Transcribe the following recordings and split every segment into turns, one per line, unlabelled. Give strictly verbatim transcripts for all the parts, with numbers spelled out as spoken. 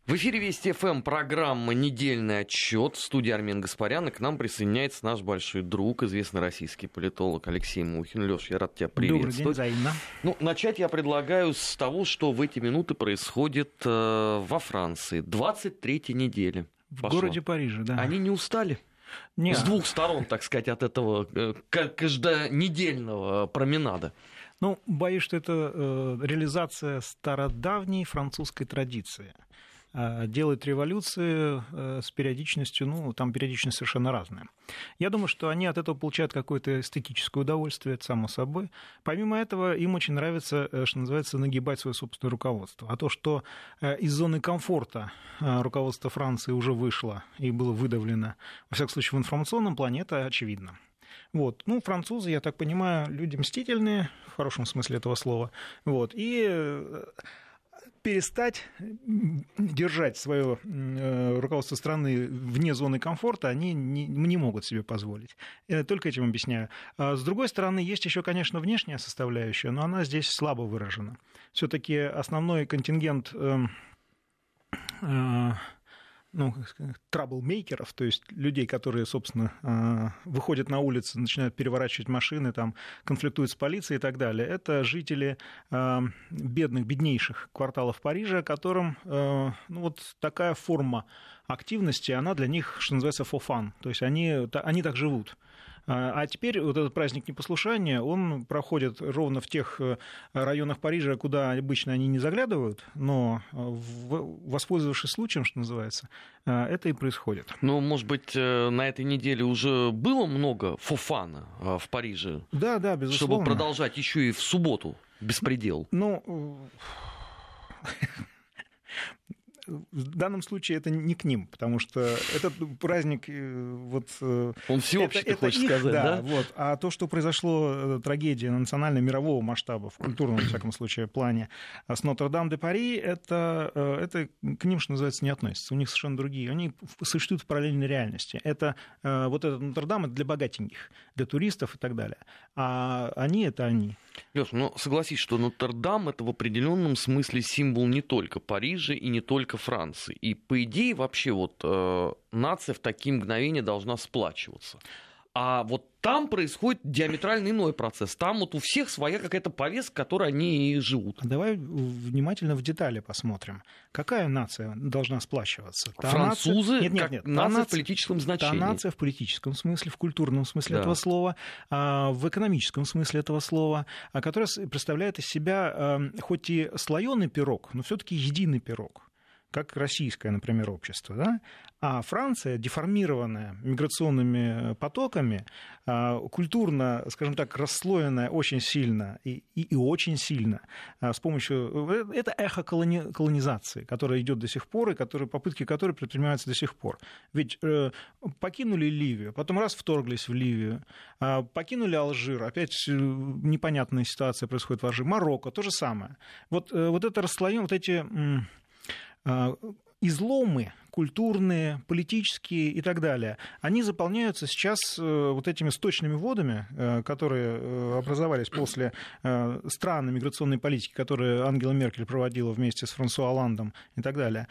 В эфире Вести ФМ, программа «Недельный отчет». В студии Армен Гаспарян, и к нам присоединяется наш большой друг, известный российский политолог Алексей Мухин. Леш, я рад тебя приветствовать.
Добрый день, взаимно.
Ну, начать я предлагаю с того, что в эти минуты происходит э, во Франции. двадцать третья неделя
В
пошла.
городе Париже, да.
Они не устали?
Нет.
С двух сторон, так сказать, от этого э, каждонедельного променада.
Ну, боюсь, что это э, реализация стародавней французской традиции. Э, делать революции э, с периодичностью, ну, там периодичность совершенно разная. Я думаю, что они от этого получают какое-то эстетическое удовольствие, это само собой. Помимо этого, им очень нравится, э, что называется, нагибать свое собственное руководство. А то, что э, из зоны комфорта э, руководство Франции уже вышло и было выдавлено, во всяком случае, в информационном плане, это очевидно. Вот. Ну, французы, я так понимаю, люди мстительные, в хорошем смысле этого слова. Вот. И перестать держать свое руководство страны вне зоны комфорта они не, не могут себе позволить. Я только этим объясняю. А с другой стороны, есть еще, конечно, внешняя составляющая, но она здесь слабо выражена. Все-таки основной контингент э, э, ну, траблмейкеров, то есть людей, которые, собственно, выходят на улицы, начинают переворачивать машины, там, конфликтуют с полицией и так далее, это жители бедных, беднейших кварталов Парижа, которым ну, вот такая форма активности, она для них, что называется, for fun, то есть они, они так живут. А теперь вот этот праздник непослушания, он проходит ровно в тех районах Парижа, куда обычно они не заглядывают, но, воспользовавшись случаем, что называется, это и происходит.
Ну, может быть, на этой неделе уже было много фофана в Париже? Да, да, безусловно. Чтобы продолжать еще и в субботу беспредел.
Ну... В данном случае это не к ним, потому что этот праздник... Вот,
он всеобщий, ты хочешь
их,
сказать, да?
да? Вот. А то, что произошло, трагедия национального мирового масштаба, в культурном, во всяком случае, плане, с Нотр-Дам-де-Пари, это, это к ним, что называется, не относится. У них совершенно другие. Они существуют в параллельной реальности. Это, вот этот Нотр-Дам — это для богатеньких, для туристов и так далее. А они — это они.
Лёш, ну согласись, что Нотр-Дам — это в определенном смысле символ не только Парижа и не только Франции. И, по идее, вообще вот э, нация в такие мгновения должна сплачиваться. А вот там происходит диаметрально иной процесс. Там вот у всех своя какая-то повестка, которой они и живут.
Давай внимательно в детали посмотрим. Какая нация должна сплачиваться?
Та Французы,
нация... нет, нет,
как
нет.
нация
нация...
в политическом значении.
Та нация в политическом смысле, в культурном смысле да. этого слова, в экономическом смысле этого слова, которая представляет из себя хоть и слоеный пирог, но все-таки единый пирог, как российское, например, общество, да? А Франция, деформированная миграционными потоками, культурно, скажем так, расслоенная очень сильно и, и, и очень сильно с помощью... Это эхо колони, колонизации, которая идет до сих пор, и которые, попытки которой предпринимаются до сих пор. Ведь э, покинули Ливию, потом раз вторглись в Ливию, э, покинули Алжир, опять непонятная ситуация происходит в Алжире, Марокко, то же самое. Вот, э, вот это расслоение, вот эти... Э, изломы культурные, политические и так далее, они заполняются сейчас вот этими сточными водами, которые образовались после странной миграционной политики, которую Ангела Меркель проводила вместе с Франсуа Олландом и так далее.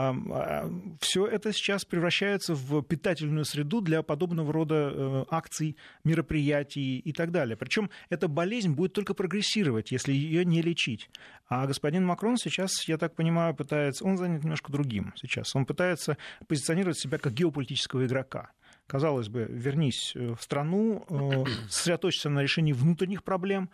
Все это сейчас превращается в питательную среду для подобного рода акций, мероприятий и так далее. Причем эта болезнь будет только прогрессировать, если ее не лечить. А господин Макрон сейчас, я так понимаю, пытается... Он занят немножко другим сейчас. Он пытается позиционировать себя как геополитического игрока. Казалось бы, вернись в страну, сосредоточься на решении внутренних проблем.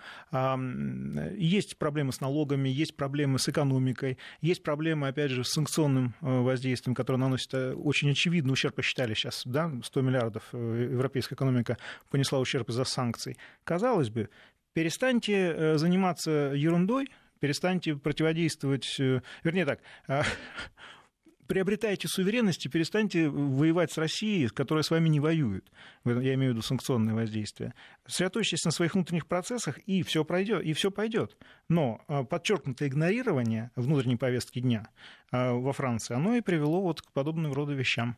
Есть проблемы с налогами, есть проблемы с экономикой, есть проблемы, опять же, с санкционным воздействием, которое наносит очень очевидный ущерб, посчитали сейчас, да, сто миллиардов европейская экономика понесла ущерб из-за санкций. Казалось бы, перестаньте заниматься ерундой, перестаньте противодействовать, вернее так, приобретайте суверенность и перестаньте воевать с Россией, которая с вами не воюет. Я имею в виду санкционное воздействие. Сосредоточьтесь на своих внутренних процессах, и все пройдет, и все пойдет. Но подчеркнутое игнорирование внутренней повестки дня во Франции, оно и привело вот к подобного рода вещам.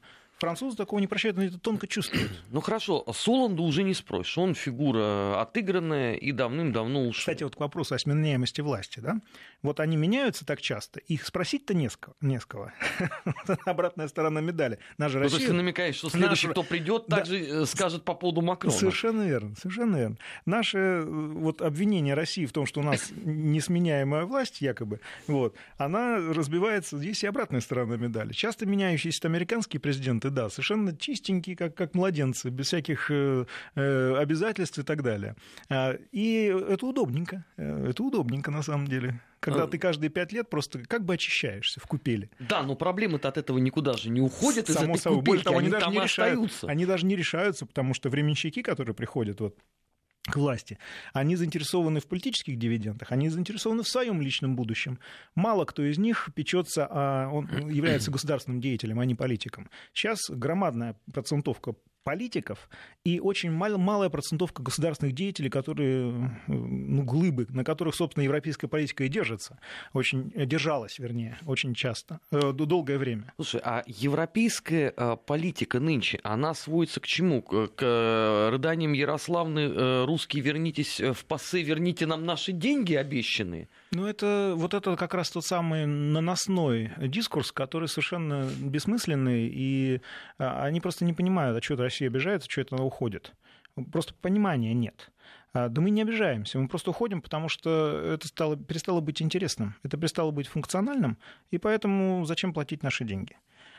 Французы такого не прощают, но это тонко чувствуют.
Ну хорошо, Соланду уже не спросишь. Он фигура отыгранная и давным-давно ушел.
Кстати, вот к вопросу о сменяемости власти. Да? Вот они меняются так часто, их спросить-то не с кого. Не с кого. Обратная сторона медали. Наша
ну,
Россия...
То есть ты намекаешь, что следующий, Наша... кто придет, да. также скажет по поводу Макрона.
Совершенно верно. Совершенно верно. Наше вот, обвинение России в том, что у нас несменяемая власть, якобы, вот, она разбивается... Есть и обратная сторона медали. Часто меняющиеся американские президенты, да, совершенно чистенькие, как, как младенцы, без всяких э, э, обязательств и так далее. И это удобненько. Это удобненько, на самом деле. Когда ты каждые пять лет просто как бы очищаешься в купели.
Да, но проблемы-то от этого никуда же не уходят из
Само
этой
собой.
купельки,
Того,
они,
они, даже
там
не решают,
остаются.
Они даже не решаются, потому что временщики, которые приходят вот к власти, они заинтересованы в политических дивидендах, они заинтересованы в своем личном будущем. Мало кто из них печется, а он является государственным деятелем, а не политиком. Сейчас громадная процентовка политиков и очень мал, малая процентовка государственных деятелей, которые, ну, глыбы, на которых, собственно, европейская политика и держится, очень, держалась, вернее, очень часто, э, долгое время.
Слушай, а европейская э, политика нынче, она сводится к чему? К, к рыданиям Ярославны э, «Русские, вернитесь в ПАСЕ, верните нам наши деньги обещанные»?
Ну, это вот это как раз тот самый наносной дискурс, который совершенно бессмысленный, и они просто не понимают, а что это Россия обижается, что это она уходит. Просто понимания нет. Да мы не обижаемся, мы просто уходим, потому что это стало, перестало быть интересным, это перестало быть функциональным, и поэтому зачем платить наши деньги?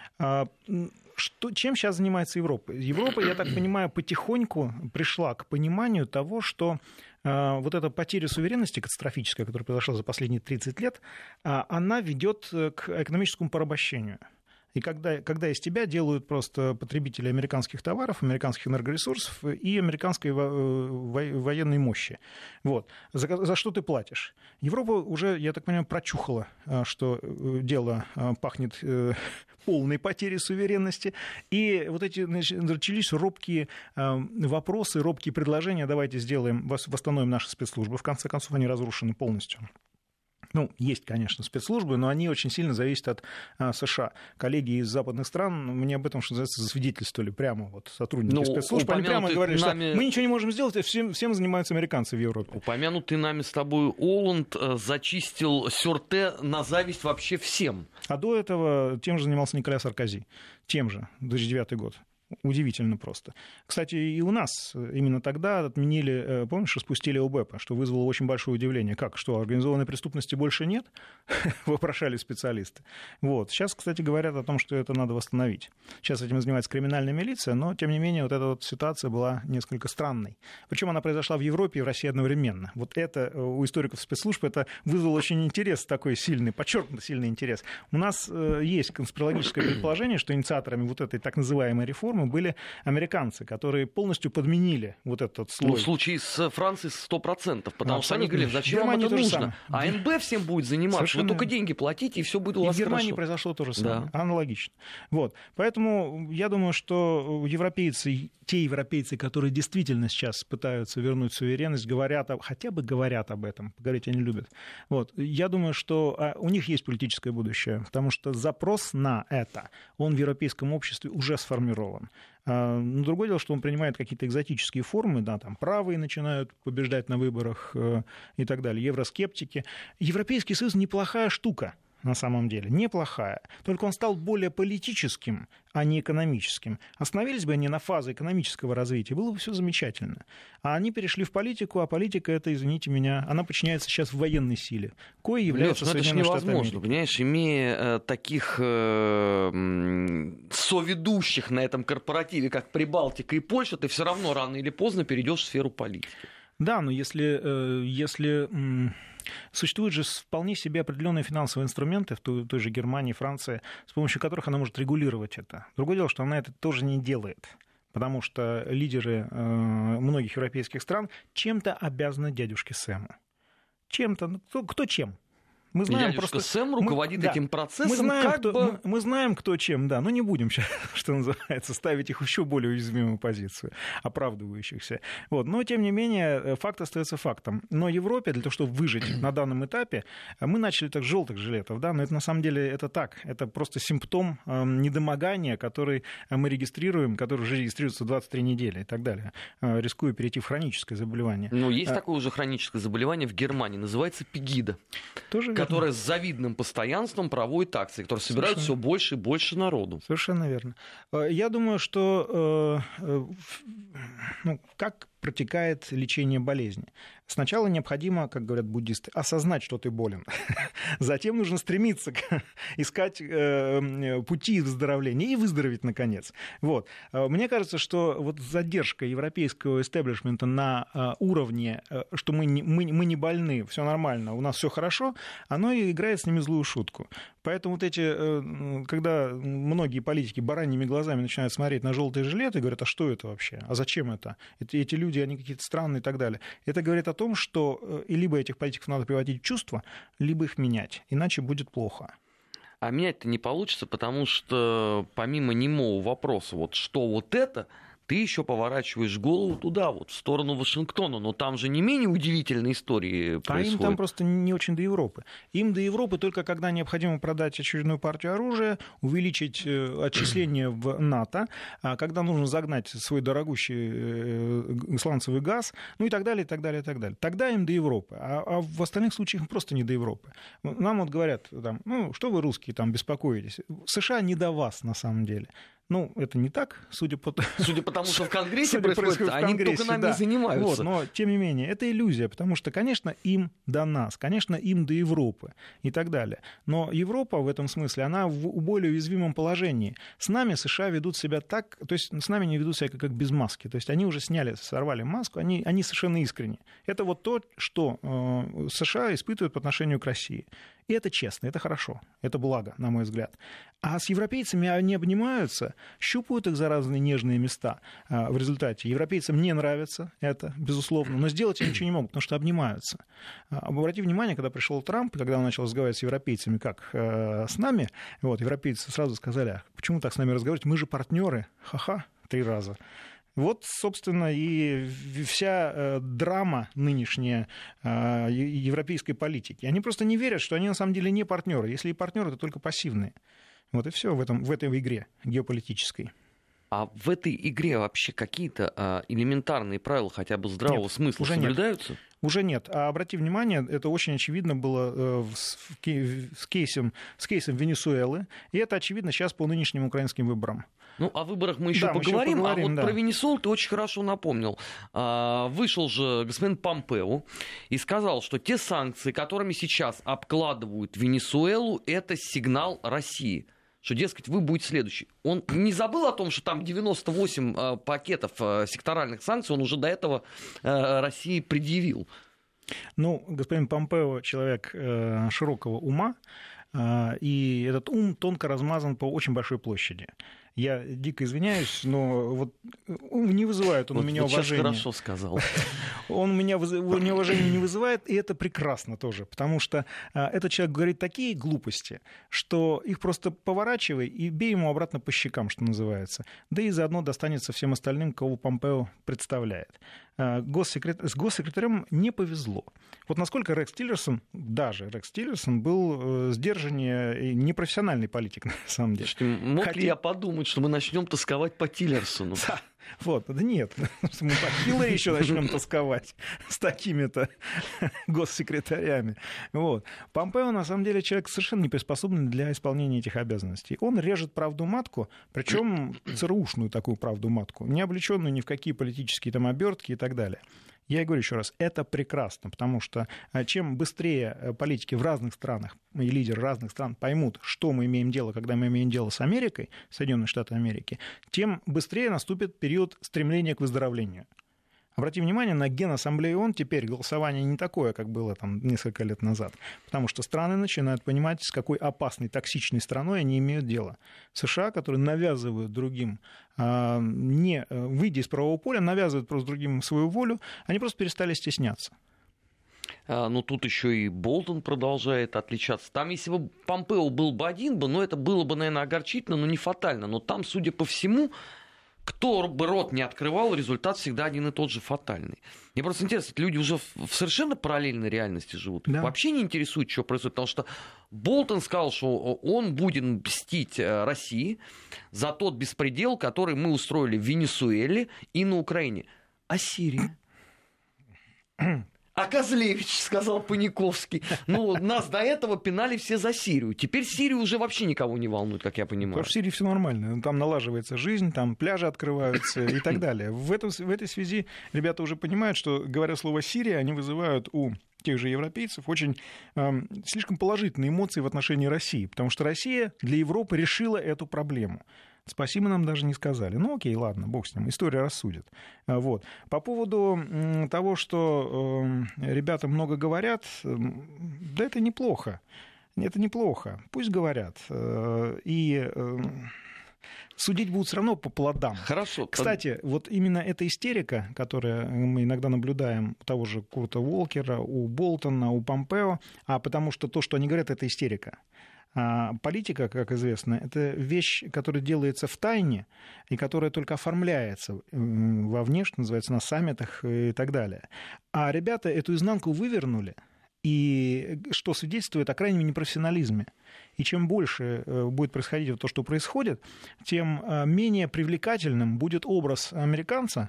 Что, чем сейчас занимается Европа? Европа, я так понимаю, потихоньку пришла к пониманию того, что э, вот эта потеря суверенности катастрофическая, которая произошла за последние тридцать лет, э, она ведет к экономическому порабощению. И когда, когда из тебя делают просто потребители американских товаров, американских энергоресурсов и американской военной мощи. Вот. За, за что ты платишь? Европа уже, я так понимаю, прочухала, что дело пахнет полной потерей суверенности. И вот эти, значит, начались робкие вопросы, робкие предложения. Давайте сделаем, восстановим наши спецслужбы. В конце концов, они разрушены полностью. Ну, есть, конечно, спецслужбы, но они очень сильно зависят от а, США. Коллеги из западных стран мне об этом, что называется, засвидетельствовали прямо вот сотрудники ну, спецслужб. Они прямо говорили, нами... что мы ничего не можем сделать, всем, всем занимаются американцы в Европе.
Упомянутый нами с тобой Оланд зачистил Сюрте на зависть вообще всем.
А до этого тем же занимался Николя Саркози. Тем же, две тысячи девятый год. Удивительно просто. Кстати, и у нас именно тогда отменили, помнишь, распустили ОБЭПа, что вызвало очень большое удивление. Как, что, организованной преступности больше нет? Вопрошали специалисты. Вот. Сейчас, кстати, говорят о том, что это надо восстановить. Сейчас этим занимается криминальная милиция, но, тем не менее, вот эта вот ситуация была несколько странной. Причем она произошла в Европе и в России одновременно. Вот это у историков спецслужб это вызвало очень интерес такой сильный, подчеркнуто сильный интерес. У нас есть конспирологическое предположение, что инициаторами вот этой так называемой реформы были американцы, которые полностью подменили вот этот слой.
Ну, в случае с Францией сто процентов, потому
ну,
что они говорили, зачем вам это нужно? А эн бэ всем будет заниматься, совершенно... вы только деньги платите, и все будет у вас
и в Германии
хорошо.
Произошло то же самое,
да.
Аналогично. Вот. Поэтому я думаю, что европейцы, те европейцы, которые действительно сейчас пытаются вернуть суверенность, говорят, хотя бы говорят об этом, поговорить они любят. Вот. Я думаю, что у них есть политическое будущее, потому что запрос на это, он в европейском обществе уже сформирован. Но другое дело, что он принимает какие-то экзотические формы, да, там правые начинают побеждать на выборах и так далее, евроскептики. Европейский Союз неплохая штука. На самом деле, неплохая. Только он стал более политическим, а не экономическим. Остановились бы они на фазе экономического развития, было бы все замечательно. А они перешли в политику, а политика это, извините меня, она подчиняется сейчас в военной силе, кое является Соединенные Штаты Америки.
Это же невозможно, понимаешь, имея э, таких э, соведущих на этом корпоративе, как Прибалтика и Польша, ты все равно рано или поздно перейдешь в сферу политики.
Да, но если... Э, если м- Существуют же вполне себе определенные финансовые инструменты в той, той же Германии, Франции, с помощью которых она может регулировать это. Другое дело, что она это тоже не делает, потому что лидеры э, многих европейских стран чем-то обязаны дядюшке Сэму. Чем-то, ну, кто, кто чем? Мы знаем
Дядюшка
просто...
Сэм руководит
мы,
этим
да,
процессом.
Мы знаем,
как
кто,
бы...
мы, мы знаем, кто чем, да, но не будем сейчас, что называется, ставить их в еще более уязвимую позицию, оправдывающихся. Вот. Но, тем не менее, факт остается фактом. Но Европе, для того, чтобы выжить на данном этапе, мы начали так с желтых жилетов, да, но это на самом деле это так. Это просто симптом э, недомогания, который мы регистрируем, который уже регистрируется двадцать три недели и так далее, э, рискуя перейти в хроническое заболевание.
Но есть
а...
такое уже хроническое заболевание в Германии, называется пегида. Тоже которая с завидным постоянством проводит акции, которые собирают все больше и больше народу.
Совершенно верно. Я думаю, что ну, как протекает лечение болезни. Сначала необходимо, как говорят буддисты, осознать, что ты болен. Затем нужно стремиться искать пути выздоровления и выздороветь, наконец. Вот. Мне кажется, что вот задержка европейского истеблишмента на уровне, что мы не, мы, мы не больны, все нормально, у нас все хорошо, оно и играет с ними злую шутку. Поэтому вот эти, когда многие политики бараньими глазами начинают смотреть на желтые жилеты и говорят, а что это вообще? А зачем это? Эти, эти люди, они какие-то странные и так далее. Это говорит о том, что либо этих политиков надо приводить в чувство, либо их менять, иначе будет плохо.
А менять-то не получится, потому что помимо немого вопроса, вот что вот это, ты еще поворачиваешь голову туда, вот, в сторону Вашингтона. Но там же не менее удивительные истории происходят.
А им там просто не очень до Европы. Им до Европы только когда необходимо продать очередную партию оружия, увеличить отчисления в НАТО, когда нужно загнать свой дорогущий сланцевый газ, ну и так далее, и так далее, и так далее. Тогда им до Европы. А, а в остальных случаях им просто не до Европы. Нам вот говорят, там, ну, что вы, русские, там беспокоитесь? США не до вас, на самом деле. Ну, это не так, судя по...
Судя по тому, что в Конгрессе происходит,
в
они
Конгрессе,
только нами
да.
и занимаются.
Вот, но, тем не менее, это иллюзия, потому что, конечно, им до нас, конечно, им до Европы и так далее. Но Европа в этом смысле, она в более уязвимом положении. С нами США ведут себя так, то есть с нами не ведут себя как, как без маски. То есть они уже сняли, сорвали маску, они, они совершенно искренни. Это вот то, что э, США испытывают по отношению к России. И это честно, это хорошо, это благо, на мой взгляд. А с европейцами они обнимаются, щупают их за разные нежные места в результате. Европейцам не нравится это, безусловно, но сделать они ничего не могут, потому что обнимаются. Обрати внимание, когда пришел Трамп, когда он начал разговаривать с европейцами, как с нами, вот, европейцы сразу сказали, а почему так с нами разговаривать, мы же партнеры, ха-ха, три раза. Вот, собственно, и вся э, драма нынешняя э, европейской политики. Они просто не верят, что они на самом деле не партнеры. Если и партнеры, то только пассивные. Вот и все в, этом, в этой игре геополитической.
А в этой игре вообще какие-то э, элементарные правила хотя бы здравого
нет,
смысла
уже
соблюдаются?
Нет. Уже нет. А обрати внимание, это очень очевидно было с кейсом, с кейсом Венесуэлы, и это очевидно сейчас по нынешним украинским выборам.
Ну, о выборах мы еще
да,
поговорим,
мы еще поговорим,
а вот
да.
про Венесуэлу ты очень хорошо напомнил. Вышел же господин Помпео и сказал, что те санкции, которыми сейчас обкладывают Венесуэлу, это сигнал России. Что, дескать, вы будете следующий. Он не забыл о том, что там девяносто восемь э, пакетов э, секторальных санкций он уже до этого э, России предъявил.
Ну, господин Помпео человек э, широкого ума, э, и этот ум тонко размазан по очень большой площади. Я дико извиняюсь, но вот не вызывает он
вот,
у меня
вот
уважения.
Сейчас хорошо сказал.
Он у меня уважения не вызывает, и это прекрасно тоже, потому что этот человек говорит такие глупости, что их просто поворачивай и бей ему обратно по щекам, что называется. Да и заодно достанется всем остальным, кого Помпео представляет. Госсекретарь... С госсекретарем не повезло. Вот насколько Рекс Тиллерсон, даже Рекс Тиллерсон, был сдержаннее и непрофессиональный политик, на самом деле.
Слушайте, мог
Хотя...
ли я подумать, что мы начнем тосковать по Тиллерсону?
Вот, да нет, мы по Хиллари еще начнем тосковать с такими-то госсекретарями. Вот. Помпео, на самом деле, человек совершенно не приспособленный для исполнения этих обязанностей. Он режет правду матку, причем ЦРУшную такую правду матку, не облеченную ни в какие политические там обертки и так далее. Я и говорю еще раз, это прекрасно, потому что чем быстрее политики в разных странах и лидеры разных стран поймут, что мы имеем дело, когда мы имеем дело с Америкой, Соединенные Штаты Америки, тем быстрее наступит период стремления к выздоровлению. Обрати внимание, на Генассамблее ООН теперь голосование не такое, как было там несколько лет назад, потому что страны начинают понимать, с какой опасной, токсичной страной они имеют дело. США, которые навязывают другим, не выйдя из правового поля, навязывают просто другим свою волю, они просто перестали стесняться.
Но тут еще и Болтон продолжает отличаться. Там, если бы Помпео был бы один, бы, ну, это было бы, наверное, огорчительно, но не фатально. Но там, судя по всему, кто бы рот не открывал, результат всегда один и тот же фатальный. Мне просто интересно, люди уже в совершенно параллельной реальности живут. Да. Их вообще не интересует, что происходит. Потому что Болтон сказал, что он будет мстить России за тот беспредел, который мы устроили в Венесуэле и на Украине. А Сирия? А Козлевич, сказал Паниковский. Ну, нас до этого пинали все за Сирию. Теперь Сирию уже вообще никого не волнует, как я понимаю.
Потому что в Сирии все нормально. Там налаживается жизнь, там пляжи открываются и так далее. В, этом, в этой связи ребята уже понимают, что, говоря слово «Сирия», они вызывают у тех же европейцев очень э, слишком положительные эмоции в отношении России. Потому что Россия для Европы решила эту проблему. Спасибо нам даже не сказали. Ну, окей, ладно, бог с ним, история рассудит. Вот. По поводу того, что э, ребята много говорят, э, да это неплохо. Это неплохо. Пусть говорят. Э, и э, судить будут все равно по плодам.
Хорошо.
Кстати, вот именно эта истерика, которую мы иногда наблюдаем у того же Курта Уолкера, у Болтона, у Помпео, а потому что то, что они говорят, это истерика. А политика, как известно, это вещь, которая делается в тайне и которая только оформляется вовне, что называется, на саммитах и так далее. А ребята эту изнанку вывернули, и что свидетельствует о крайнем непрофессионализме. И чем больше будет происходить то, что происходит, тем менее привлекательным будет образ американца,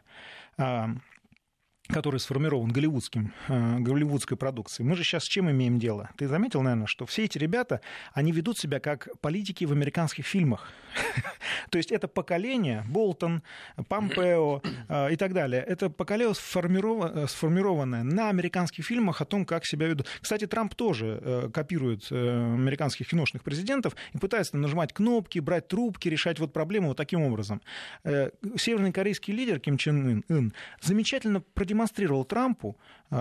который сформирован голливудским, голливудской продукцией. Мы же сейчас с чем имеем дело? Ты заметил, наверное, что все эти ребята, они ведут себя как политики в американских фильмах. То есть это поколение, Болтон, Помпео и так далее, это поколение сформированное на американских фильмах о том, как себя ведут. Кстати, Трамп тоже копирует американских киношных президентов и пытается нажимать кнопки, брать трубки, решать вот проблемы вот таким образом. Севернокорейский лидер Ким Чен Ын замечательно продемонстрировал демонстрировал Трампу,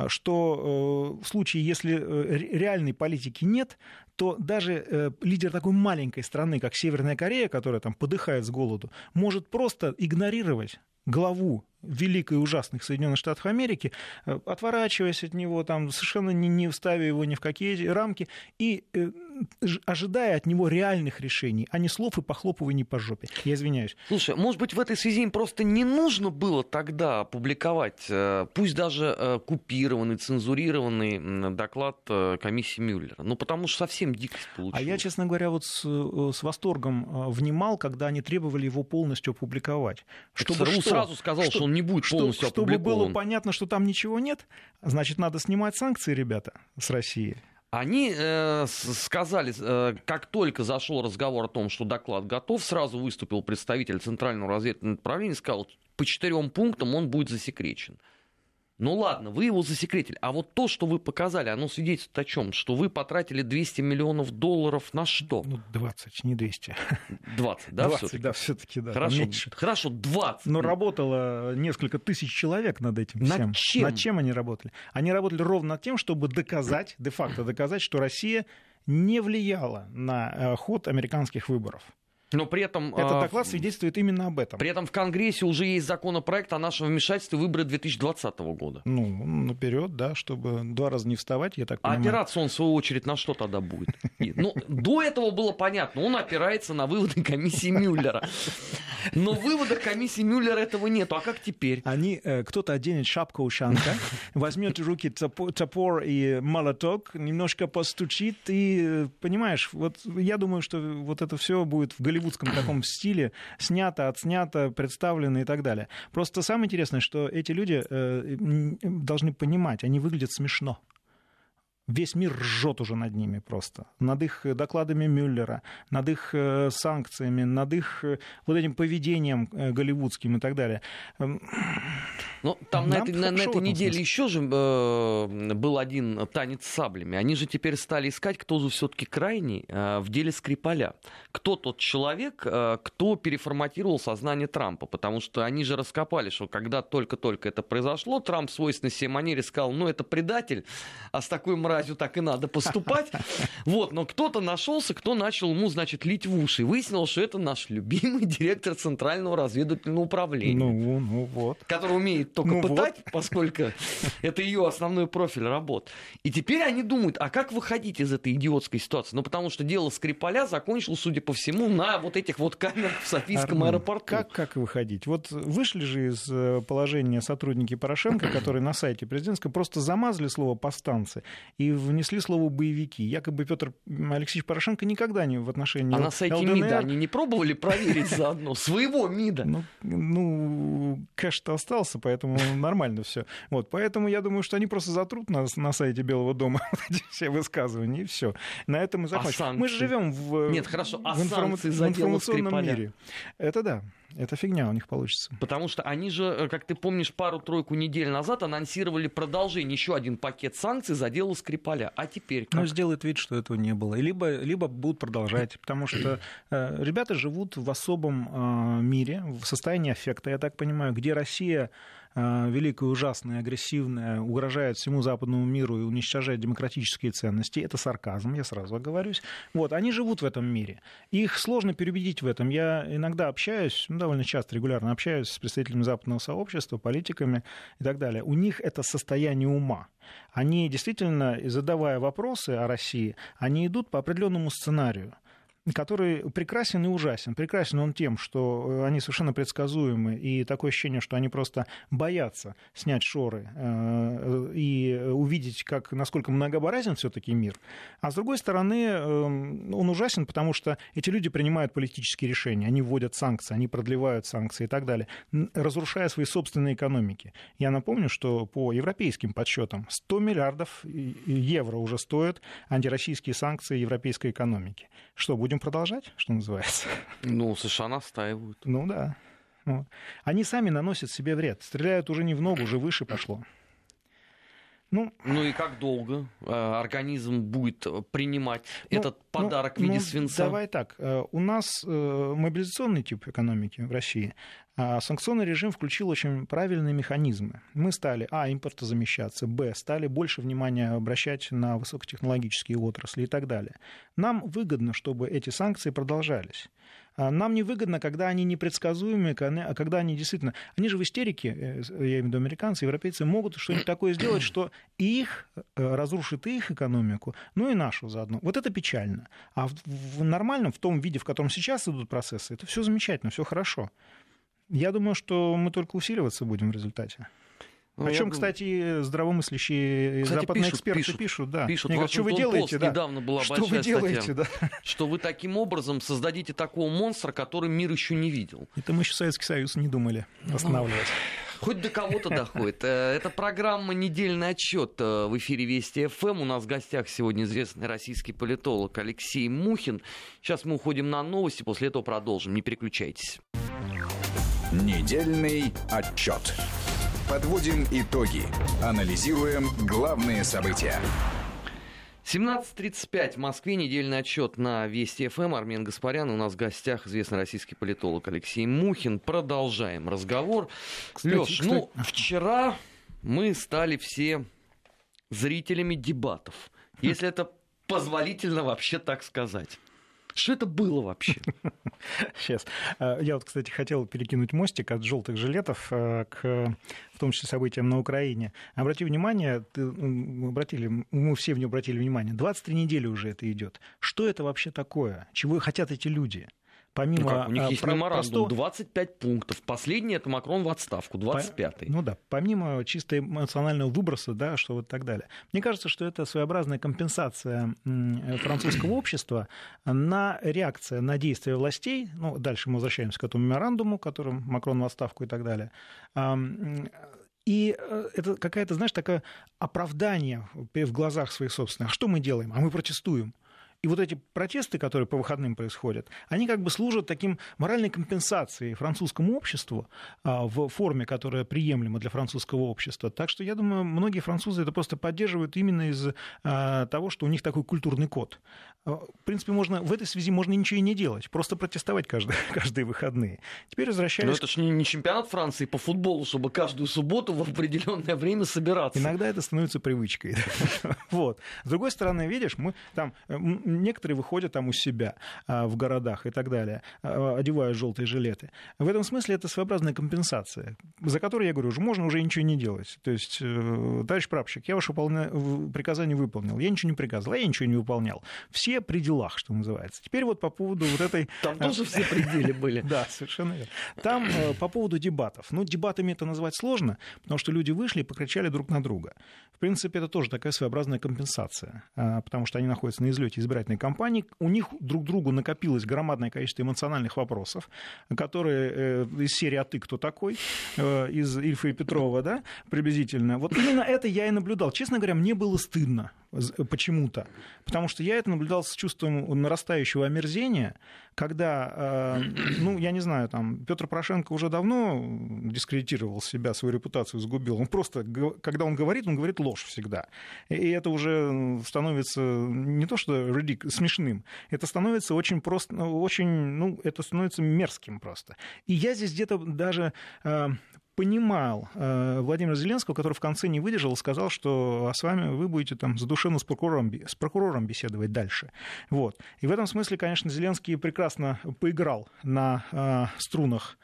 что в случае, если реальной политики нет, то даже лидер такой маленькой страны, как Северная Корея, которая там подыхает с голоду, может просто игнорировать главу великой и ужасных Соединенных Штатов Америки, отворачиваясь от него, там, совершенно не, не вставя его ни в какие рамки, и э, ожидая от него реальных решений, а не слов и похлопываний по жопе. Я извиняюсь.
Слушай, может быть, в этой связи им просто не нужно было тогда публиковать, пусть даже купированный, цензурированный доклад комиссии Мюллера? Ну, потому что совсем дикость получилась.
А я, честно говоря, вот с, с восторгом внимал, когда они требовали его полностью опубликовать.
Чтобы ЦРУ что? Сразу сказал, что, что он не будет полностью
что,
опубликован.
Чтобы было понятно, что там ничего нет, значит, надо снимать санкции, ребята, с России.
Они э, сказали, э, как только зашел разговор о том, что доклад готов, сразу выступил представитель Центрального разведывательного управления и сказал, по четырем пунктам он будет засекречен. Ну ладно, вы его засекретили. А вот то, что вы показали, оно свидетельствует о чем? Что вы потратили двести миллионов долларов на что?
Ну, двадцать, не двести.
двадцать, да,
двадцать,
все-таки?
да, все-таки, да.
Хорошо, хорошо, двадцать.
Но работало несколько тысяч человек над этим
над
всем.
Чем?
Над чем они работали? Они работали ровно над тем, чтобы доказать, де-факто доказать, что Россия не влияла на ход американских выборов.
Но при этом...
Этот доклад свидетельствует именно об этом.
При этом в Конгрессе уже есть законопроект о нашем вмешательстве в выборы две тысячи двадцатого года.
Ну, наперед, да, чтобы два раза не вставать, я так понимаю.
А опираться он, в свою очередь, на что тогда будет? Ну, до этого было понятно. Он опирается на выводы комиссии Мюллера. Но в выводах комиссии Мюллера этого нету. А как теперь?
Они, кто-то оденет шапку-ушанка, возьмет в руки топор и молоток, немножко постучит и, понимаешь, вот я думаю, что вот это все будет в Голливуде в таком стиле, снято, отснято, представлено и так далее. Просто самое интересное, что эти люди э, должны понимать, они выглядят смешно. Весь мир ржет уже над ними просто. Над их докладами Мюллера, над их э, санкциями, над их э, вот этим поведением э, голливудским и так далее.
Ну, там на этой, на, на этой неделе еще же э, был один танец с саблями. Они же теперь стали искать, кто же все-таки крайний э, в деле Скрипаля. Кто тот человек, э, кто переформатировал сознание Трампа. Потому что они же раскопали, что когда только-только это произошло, Трамп в свойственной себе манере сказал, ну, это предатель, а с такой мразью так и надо поступать. Вот, но кто-то нашелся, кто начал ему, значит, лить в уши. И выяснилось, что это наш любимый директор Центрального разведывательного управления.
Ну, ну вот.
Который умеет умеет только ну пытать, вот. Поскольку это ее основной профиль работ. И теперь они думают, а как выходить из этой идиотской ситуации? Ну, потому что дело Скрипаля закончилось, судя по всему, на вот этих вот камерах в Софийском
Армен,
аэропорту.
Как, как выходить? Вот вышли же из положения сотрудники Порошенко, которые на сайте президентском просто замазали слово «повстанцы» и внесли слово «боевики». Якобы Петр Алексеевич Порошенко никогда не в отношении
А на сайте
ЛДНР...
МИДа они не пробовали проверить заодно? Своего МИДа.
Ну, ну кэш-то остался, поэтому нормально все. Вот, поэтому я думаю, что они просто затрут нас на сайте Белого дома эти все высказывания, и все. На этом мы закончим.
А
мы же живем в,
Нет, хорошо, а
в, информ... в информационном мире. Это да. Это фигня у них получится.
Потому что они же, как ты помнишь, пару-тройку недель назад анонсировали продолжение, еще один пакет санкций за дело Скрипаля. А теперь как?
Ну, сделают вид, что этого не было. Либо, либо будут продолжать. Потому что э, ребята живут в особом э, мире, в состоянии аффекта, я так понимаю, где Россия великая, ужасная, агрессивная, угрожает всему западному миру и уничтожает демократические ценности. Это сарказм, я сразу оговорюсь. Вот, они живут в этом мире. Их сложно переубедить в этом. Я иногда общаюсь, ну, довольно часто, регулярно общаюсь с представителями западного сообщества, политиками и так далее. У них это состояние ума. Они действительно, задавая вопросы о России, они идут по определенному сценарию, который прекрасен и ужасен. Прекрасен он тем, что они совершенно предсказуемы, и такое ощущение, что они просто боятся снять шоры э, и увидеть, как, насколько многообразен все-таки мир. А с другой стороны, э, он ужасен, потому что эти люди принимают политические решения, они вводят санкции, они продлевают санкции и так далее, разрушая свои собственные экономики. Я напомню, что по европейским подсчетам сто миллиардов евро уже стоят антироссийские санкции европейской экономики. Что, будем продолжать, что называется?
Ну, США настаивают.
Ну да. Ну. Они сами наносят себе вред. Стреляют уже не в ногу, уже выше пошло. Ну,
ну и как долго организм будет принимать ну, этот подарок
ну,
в виде
ну,
свинца?
Давай так. У нас мобилизационный тип экономики в России. А санкционный режим включил очень правильные механизмы. Мы стали, а, импортозамещаться, б, стали больше внимания обращать на высокотехнологические отрасли и так далее. Нам выгодно, чтобы эти санкции продолжались. Нам невыгодно, когда они непредсказуемые, а когда они действительно... Они же в истерике, я имею в виду американцы, европейцы, могут что-нибудь такое сделать, что и их разрушит, и их экономику, ну и нашу заодно. Вот это печально. А в, в нормальном, в том виде, в котором сейчас идут процессы, это все замечательно, все хорошо. Я думаю, что мы только усиливаться будем в результате. Ну, Причем, я... кстати, здравомыслящие кстати, западные пишут, эксперты пишут, пишут, да.
Пишут,
говорят, что вы делаете, да?
Недавно была
что
большая
вы делаете,
статья,
да?
Что вы таким образом создадите такого монстра, который мир еще не видел.
Это мы еще Советский Союз не думали останавливать.
Хоть до кого-то доходит. Это программа «Недельный отчет» в эфире Вести ФМ. У нас в гостях сегодня известный российский политолог Алексей Мухин. Сейчас мы уходим на новости, после этого продолжим. Не переключайтесь.
Недельный отчет. Подводим итоги. Анализируем главные события.
семнадцать тридцать пять в Москве. Недельный отчет на Вести ФМ. Армен Гаспарян. У нас в гостях известный российский политолог Алексей Мухин. Продолжаем разговор. Лёш, ну, вчера мы стали все зрителями дебатов. Если это позволительно вообще так сказать. Что это было вообще?
Сейчас. Я вот, кстати, хотел перекинуть мостик от желтых жилетов к, в том числе, событиям на Украине. Обрати внимание, ты, обратили, мы все в него обратили внимание, двадцать три недели уже это идет. Что это вообще такое? Чего хотят эти люди? Помимо,
ну как, у них есть про- меморандум,
простого...
двадцать пять пунктов. Последний — это Макрон в отставку, двадцать пятый.
По... Ну да, помимо чисто эмоционального выброса, да, что вот так далее. Мне кажется, что это своеобразная компенсация французского общества на реакция на действия властей. Ну, дальше мы возвращаемся к этому меморандуму, которым Макрон в отставку и так далее. И это какая-то, знаешь, такое оправдание в глазах своих собственных. А что мы делаем? А мы протестуем. И вот эти протесты, которые по выходным происходят, они как бы служат таким моральной компенсацией французскому обществу в форме, которая приемлема для французского общества. Так что, я думаю, многие французы это просто поддерживают именно из того, что у них такой культурный код. В принципе, можно, в этой связи можно ничего и не делать, просто протестовать каждые, каждые выходные. Теперь возвращаясь...
Но это же не чемпионат Франции по футболу, чтобы каждую субботу в определенное время собираться.
Иногда это становится привычкой. Вот. С другой стороны, видишь, мы там... некоторые выходят там у себя в городах и так далее, одевают желтые жилеты. В этом смысле это своеобразная компенсация, за которую, я говорю, уже можно уже ничего не делать. То есть, товарищ прапорщик, я ваше приказание выполнил, я ничего не приказывал, я ничего не выполнял. Все при делах, что называется. Теперь вот по поводу вот этой...
Там тоже все при деле были.
Да, совершенно верно. Там по поводу дебатов. Ну, дебатами это назвать сложно, потому что люди вышли и покричали друг на друга. В принципе, это тоже такая своеобразная компенсация, потому что они находятся на излете избирательной кампании, у них друг к другу накопилось громадное количество эмоциональных вопросов, которые из серии «А ты кто такой?» из Ильфа и Петрова, да, приблизительно. Вот именно это я и наблюдал. Честно говоря, мне было стыдно почему-то, потому что я это наблюдал с чувством нарастающего омерзения, когда, ну, я не знаю, там, Петр Порошенко уже давно дискредитировал себя, свою репутацию сгубил. Он просто, когда он говорит, он говорит ложь всегда. И это уже становится не то что редик, смешным, это становится очень просто, очень, ну, это становится мерзким просто. И я здесь где-то даже понимал э, Владимира Зеленского, который в конце не выдержал и сказал, что а с вами вы будете там задушевно с прокурором, с прокурором беседовать дальше. Вот. И в этом смысле, конечно, Зеленский прекрасно поиграл на э, струнах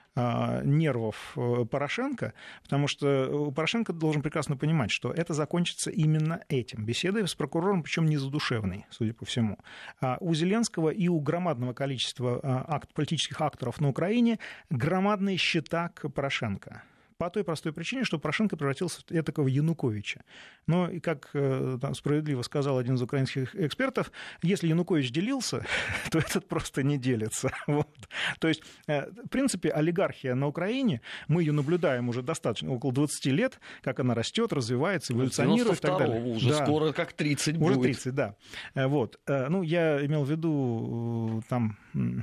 нервов Порошенко, потому что Порошенко должен прекрасно понимать, что это закончится именно этим. Беседой с прокурором, причем не задушевной, судя по всему. А у Зеленского и у громадного количества акт, политических акторов на Украине громадные счета к Порошенко. По той простой причине, что Порошенко превратился в этакого Януковича. Но, и как там справедливо сказал один из украинских экспертов, если Янукович делился, то этот просто не делится. Вот. То есть, в принципе, олигархия на Украине, мы ее наблюдаем уже достаточно, около двадцати лет, как она растет, развивается, эволюционирует и так далее.
Уже да. Скоро как тридцать
уже
будет.
Уже тридцать, да. Вот. Ну, я имел в виду там...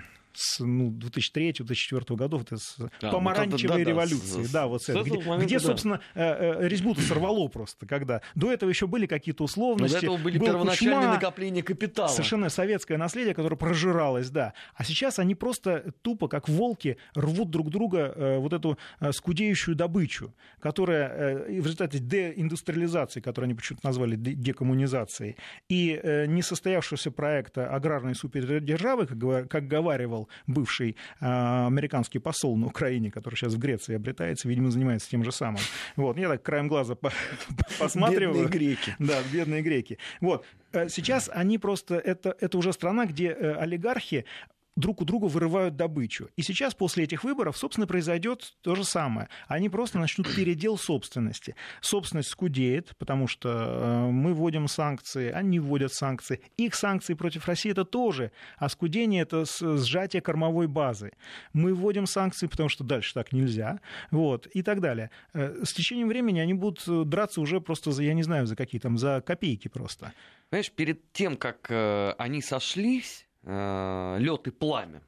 с ну, две тысячи третьего - две тысячи четвёртого годов, это с а, помаранчевой вот это, революции, да, да, вот с, с где, момента, где, собственно, да. резьбу-то сорвало просто, когда до этого еще были какие-то условности.
Но до этого были первоначальные Кучма, накопления капитала.
Совершенно советское наследие, которое прожиралось, да. А сейчас они просто тупо, как волки, рвут друг друга э, вот эту э, скудеющую добычу, которая э, в результате деиндустриализации, которую они почему-то назвали декоммунизацией, и э, несостоявшегося проекта аграрной супердержавы, как, как говаривал бывший э, американский посол на Украине, который сейчас в Греции обретается, видимо, занимается тем же самым. Вот. Я так краем глаза по- посматриваю.
Бедные греки.
Да, бедные греки. Вот. Сейчас они просто... Это, это уже страна, где олигархи друг у друга вырывают добычу. И сейчас, после этих выборов, собственно, произойдет то же самое. Они просто начнут передел собственности. Собственность скудеет, потому что мы вводим санкции, они вводят санкции. Их санкции против России — это тоже. А скудение — это сжатие кормовой базы. Мы вводим санкции, потому что дальше так нельзя. Вот, и так далее. С течением времени они будут драться уже просто за, я не знаю, за какие там, за копейки просто.
Знаешь, перед тем, как э, они сошлись, лед и пламя,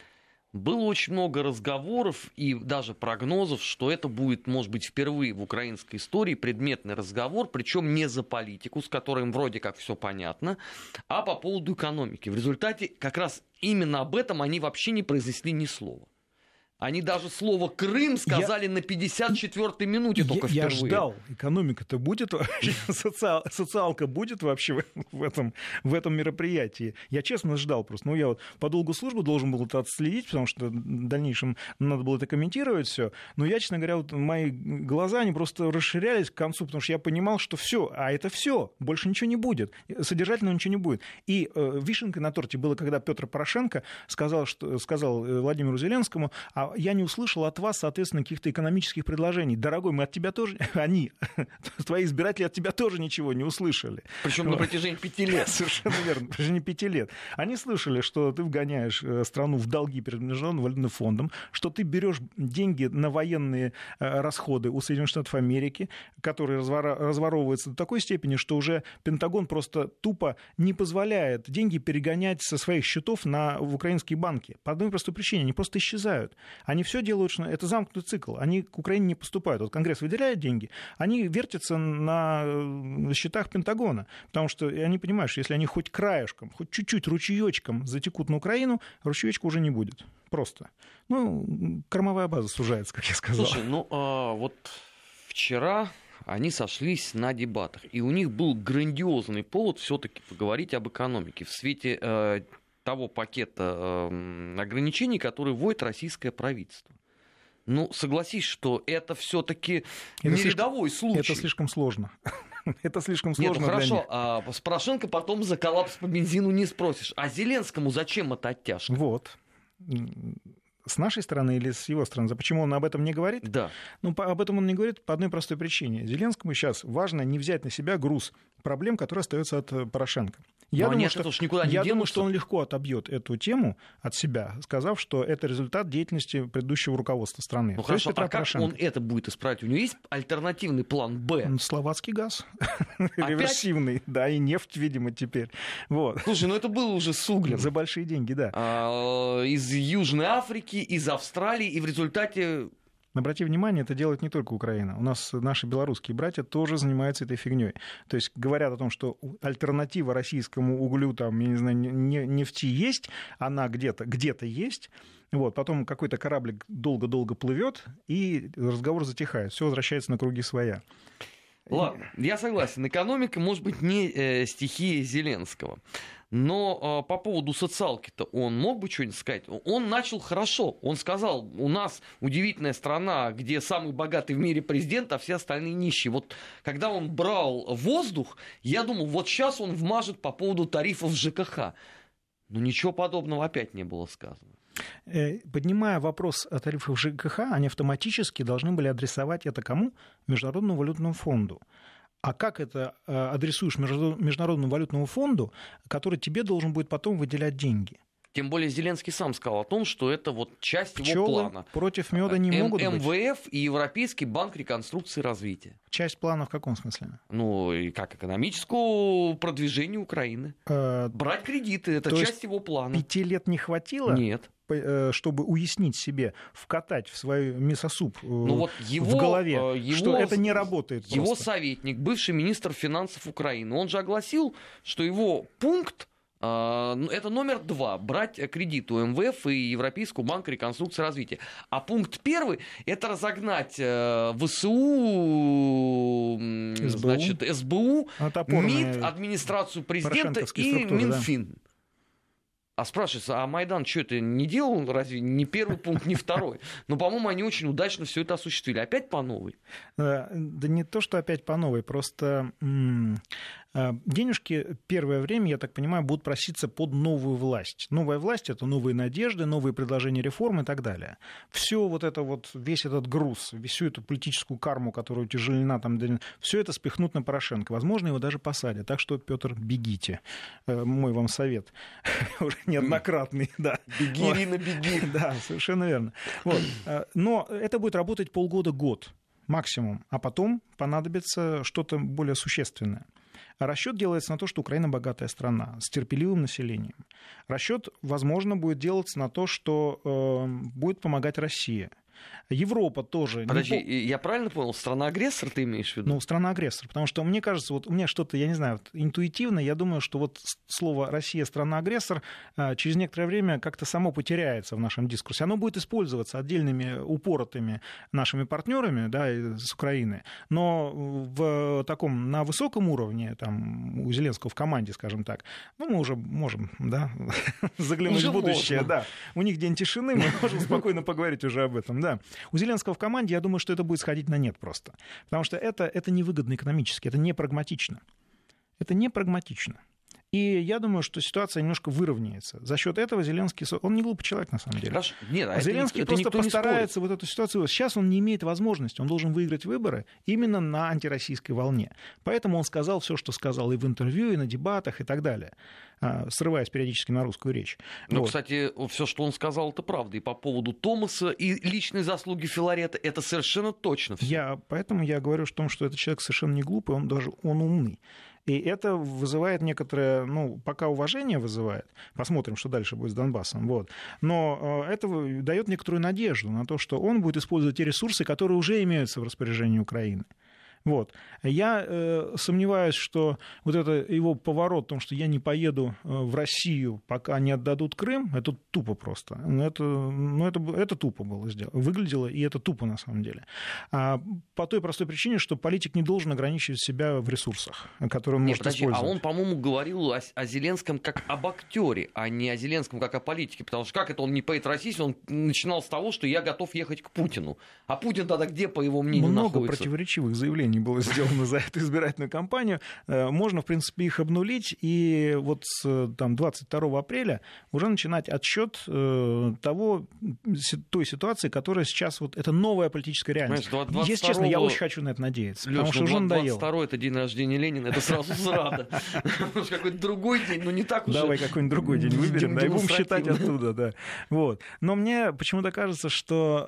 было очень много разговоров и даже прогнозов, что это будет, может быть, впервые в украинской истории предметный разговор, причем не за политику, с которой им вроде как все понятно, а по поводу экономики. В результате как раз именно об этом они вообще не произнесли ни слова. Они даже слово «Крым» сказали я... на пятьдесят четвёртой минуте только
я,
впервые.
Я ждал. Экономика-то будет вообще? Социал... Социалка будет вообще в этом, в этом мероприятии? Я честно ждал просто. Ну, я вот по долгу службы должен был это отследить, потому что в дальнейшем надо было это комментировать все. Но я, честно говоря, вот мои глаза, они просто расширялись к концу, потому что я понимал, что все, а это все, больше ничего не будет. Содержательного ничего не будет. И э, вишенкой на торте было, когда Петр Порошенко сказал, что, сказал Владимиру Зеленскому: а я не услышал от вас, соответственно, каких-то экономических предложений. Дорогой, мы от тебя тоже... Они, твои избиратели, от тебя тоже ничего не услышали.
Причем на протяжении пяти лет.
Совершенно верно, на протяжении пяти лет. Они слышали, что ты вгоняешь страну в долги перед Международным валютным фондом, что ты берешь деньги на военные расходы у Соединенных Штатов Америки, которые разворовываются до такой степени, что уже Пентагон просто тупо не позволяет деньги перегонять со своих счетов на, в украинские банки. По одной простой причине. Они просто исчезают. Они все делают, что это замкнутый цикл. Они к Украине не поступают. Вот Конгресс выделяет деньги, они вертятся на счетах Пентагона, потому что они понимают, что если они хоть краешком, хоть чуть-чуть ручеечком затекут на Украину, ручеечка уже не будет. Просто. Ну, кормовая база сужается, как я сказал.
Слушай, ну а, вот вчера они сошлись на дебатах. И у них был грандиозный повод все-таки поговорить об экономике в свете э, того пакета э, ограничений, который вводит российское правительство. Ну, согласись, что это все-таки не рядовой случай.
Это слишком сложно. Это слишком сложно.
Нет, ну хорошо, а с Порошенко потом за коллапс по бензину не спросишь. А Зеленскому зачем эта оттяжка?
Вот. С нашей стороны или с его стороны? Почему он об этом не говорит?
Да.
Ну, по, об этом он не говорит по одной простой причине. Зеленскому сейчас важно не взять на себя груз проблем, который остается от Порошенко. Я, думаю, что, никуда не я думаю, что он легко отобьет эту тему от себя, сказав, что это результат деятельности предыдущего руководства страны.
Ну хорошо, а как Порошенко. Он это будет исправить? У него есть альтернативный план «Б»?
Словацкий газ. Реверсивный, да, и нефть, видимо, теперь. Вот.
Слушай, ну это было уже с углем.
За большие деньги, да.
А, из Южной Африки, из Австралии, и в результате...
Обрати внимание, это делает не только Украина. У нас наши белорусские братья тоже занимаются этой фигней. То есть говорят о том, что альтернатива российскому углю, там, я не знаю, нефти есть, она где-то, где-то есть. Вот, потом какой-то кораблик долго-долго плывет, и разговор затихает. Все возвращается на круги своя.
Ладно, я согласен. Экономика, может быть, не э, стихия Зеленского. Но э, по поводу социалки-то он мог бы что-нибудь сказать? Он начал хорошо. Он сказал, у нас удивительная страна, где самый богатый в мире президент, а все остальные нищие. Вот когда он брал воздух, я думал, вот сейчас он вмажет по поводу тарифов ЖКХ. Но ничего подобного опять не было сказано.
Поднимая вопрос о тарифах ЖКХ, они автоматически должны были адресовать это кому? Международному валютному фонду. А как это адресуешь Международному валютному фонду, который тебе должен будет потом выделять деньги?
Тем более Зеленский сам сказал о том, что это вот часть
Пчелы
его плана.
Против меда не
М-
могут быть.
эм вэ эф и Европейский банк реконструкции и развития.
Часть плана в каком смысле?
Ну, и как экономическому продвижению Украины. А, Брать кредиты, это часть его плана.
Пяти лет не хватило?
Нет.
Чтобы уяснить себе, вкатать в свой мясосуп
ну, вот его,
в голове,
его,
что это не работает
Его
просто.
Советник, бывший министр финансов Украины, он же огласил, что его пункт это номер два, брать кредит у эм вэ эф и Европейского банка реконструкции и развития. А пункт первый – это разогнать вэ эс у, СБУ. Значит, эс бэ у, МИД, администрацию президента и Минфин. Да. А спрашивается, а Майдан что это не делал, разве ни первый пункт, ни второй? Но, по-моему, они очень удачно все это осуществили. Опять по новой?
Да не то, что опять по новой, просто денежки первое время, я так понимаю, будут проситься под новую власть. Новая власть – это новые надежды, новые предложения реформ и так далее. Все вот это вот, весь этот груз, всю эту политическую карму, которая утяжелена, там, все это спихнут на Порошенко. Возможно, его даже посадят. Так что, Петр, бегите. Мой вам совет. Уже неоднократный. Да.
Беги, Ирина, беги.
Да, совершенно верно. Вот. Но это будет работать полгода-год максимум, а потом понадобится что-то более существенное. Расчет делается на то, что Украина богатая страна с терпеливым населением. Расчет, возможно, будет делаться на то, что э, будет помогать Россия. Европа тоже.
Подожди,
не...
я правильно понял, страна-агрессор ты имеешь в виду?
Ну, страна-агрессор, потому что мне кажется, вот у меня что-то, я не знаю, вот, интуитивно, я думаю, что вот слово «Россия, страна-агрессор» через некоторое время как-то само потеряется в нашем дискурсе. Оно будет использоваться отдельными упоротыми нашими партнерами, да, с Украины, но в таком, на высоком уровне, там, у Зеленского в команде, скажем так, ну, мы уже можем, да, заглянуть уже в будущее, можно. Да. У них день тишины, мы можем спокойно поговорить уже об этом, да. У Зеленского в команде, я думаю, что это будет сходить на нет просто. Потому что это, это невыгодно экономически, это не прагматично. Это не прагматично. И я думаю, что ситуация немножко выровняется. За счет этого Зеленский... Он не глупый человек, на самом деле.
Хорошо. Нет, а
Зеленский
это,
просто
это
постарается вот эту ситуацию... Сейчас он не имеет возможности. Он должен выиграть выборы именно на антироссийской волне. Поэтому он сказал все, что сказал и в интервью, и на дебатах, и так далее, срываясь периодически на русскую речь.
Ну,
вот.
Кстати, все, что он сказал, это правда. И по поводу Томаса, и личной заслуги Филарета, это совершенно точно все.
Я, поэтому я говорю о том, что этот человек совершенно не глупый, он даже он умный. И это вызывает некоторое, ну, пока уважение вызывает. Посмотрим, что дальше будет с Донбассом. Вот. Но это дает некоторую надежду на то, что он будет использовать те ресурсы, которые уже имеются в распоряжении Украины. Вот. Я э, сомневаюсь, что вот это его поворот, в том, что я не поеду в Россию, пока не отдадут Крым, это тупо просто. Это, ну, это, это тупо было сделано. Выглядело, и это тупо на самом деле. А по той простой причине, что политик не должен ограничивать себя в ресурсах, которые он
Нет,
может
подожди,
использовать.
А он, по-моему, говорил о, о Зеленском как об актере, а не о Зеленском как о политике. Потому что как это он не поедет в Россию, он начинал с того, что я готов ехать к Путину. А Путин тогда где, по его мнению,
Много
находится?
противоречивых заявлений было сделано за эту избирательную кампанию. Можно, в принципе, их обнулить, и вот с там, двадцать второго апреля уже начинать отсчет того, той ситуации, которая сейчас вот это новая политическая реальность.
Знаешь,
Если честно, я очень хочу на это надеяться,
Лёш,
потому что
ну,
уже надоело.
двадцать второй это день рождения Ленина, это сразу зрада. Может, какой-то другой день, но не так уж.
Давай какой-нибудь другой день выберем, да, и будем считать оттуда, да. Вот. Но мне почему-то кажется, что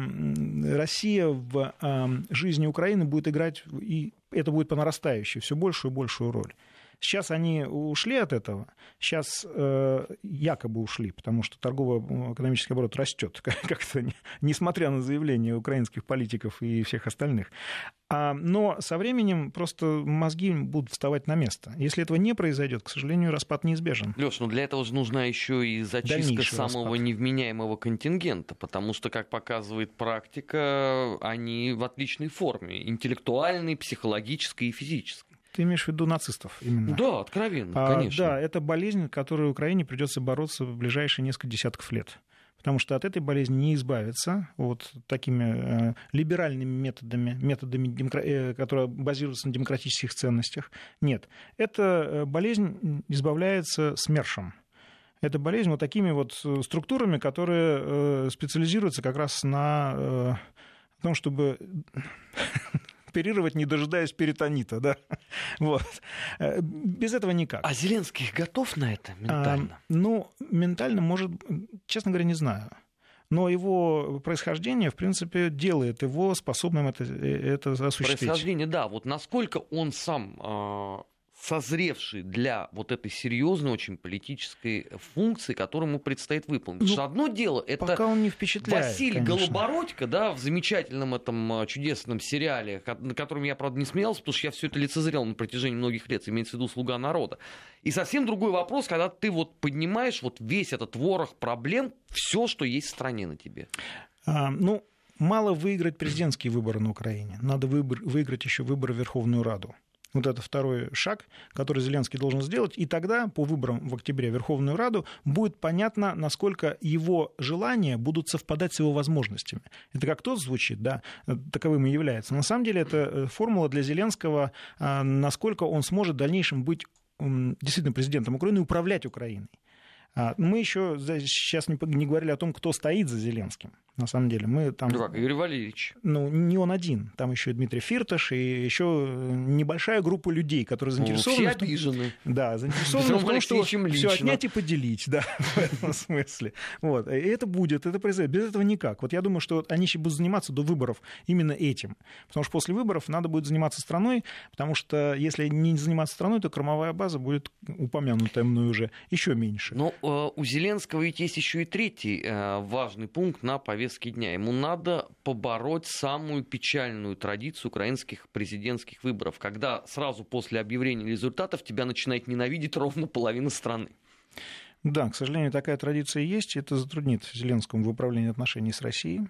э, Россия в э, жизни Украины будет играть, и это будет по нарастающей, все большую и большую роль. Сейчас они ушли от этого, сейчас э, якобы ушли, потому что торгово-экономический оборот растет, как-то, несмотря на заявления украинских политиков и всех остальных. А, но со временем просто мозги будут вставать на место. Если этого не произойдет, к сожалению, распад неизбежен.
Леш, ну для этого же нужна еще и зачистка
Дальнейший
самого
распад.
Невменяемого контингента, потому что, как показывает практика, они в отличной форме, интеллектуальной, психологической и физической.
Ты имеешь в виду нацистов именно?
Да, откровенно,
а,
конечно.
Да, это болезнь, которой Украине придется бороться в ближайшие несколько десятков лет. Потому что от этой болезни не избавиться вот такими э, либеральными методами, методами демокра... э, которые базируются на демократических ценностях. Нет, эта болезнь избавляется СМЕРШем. Это болезнь вот такими вот структурами, которые э, специализируются как раз на э, том, чтобы... оперировать, не дожидаясь перитонита, да, вот. Без этого никак.
А Зеленский готов на это ментально?
А, ну, ментально, может, честно говоря, не знаю. Но его происхождение, в принципе, делает его способным это, это осуществить.
Происхождение, да. Вот насколько он сам э, созревший для вот этой серьезной очень политической функции, которую ему предстоит выполнить. Ну, потому что одно дело, это
пока он не впечатляет,
Василий
конечно.
Голобородько, да, в замечательном этом чудесном сериале, на котором я, правда, не смеялся, потому что я все это лицезрел на протяжении многих лет, имеется в виду «Слуга народа». И совсем другой вопрос, когда ты вот поднимаешь вот весь этот ворох проблем, все, что есть в стране на тебе.
А, ну, мало выиграть президентские выборы на Украине. Надо выбор, выиграть еще выборы в Верховную Раду. Вот это второй шаг, который Зеленский должен сделать. И тогда, по выборам в октябре в Верховную Раду, будет понятно, насколько его желания будут совпадать с его возможностями. Это как тот звучит, да, таковым и является. На самом деле это формула для Зеленского, насколько он сможет в дальнейшем быть действительно президентом Украины и управлять Украиной. Мы еще сейчас не говорили о том, кто стоит за Зеленским. На самом деле мы там...
Ну как, Игорь Валерьевич?
Ну, не он один. Там еще и Дмитрий Фирташ, и еще небольшая группа людей, которые заинтересованы...
Ну, все
в том...
обижены.
Да, заинтересованы в том, что все отнять и поделить, да, в этом смысле. Вот. И это будет, это произойдет. Без этого никак. Вот я думаю, что они еще будут заниматься до выборов именно этим. Потому что после выборов надо будет заниматься страной, потому что если не заниматься страной, то кормовая база будет, упомянутая мной уже, еще меньше.
Но э, у Зеленского ведь есть еще и третий э, важный пункт на повестке дня. Ему надо побороть самую печальную традицию украинских президентских выборов, когда сразу после объявления результатов тебя начинает ненавидеть ровно половина страны.
Да, к сожалению, такая традиция есть. Это затруднит Зеленскому в управлении отношений с Россией.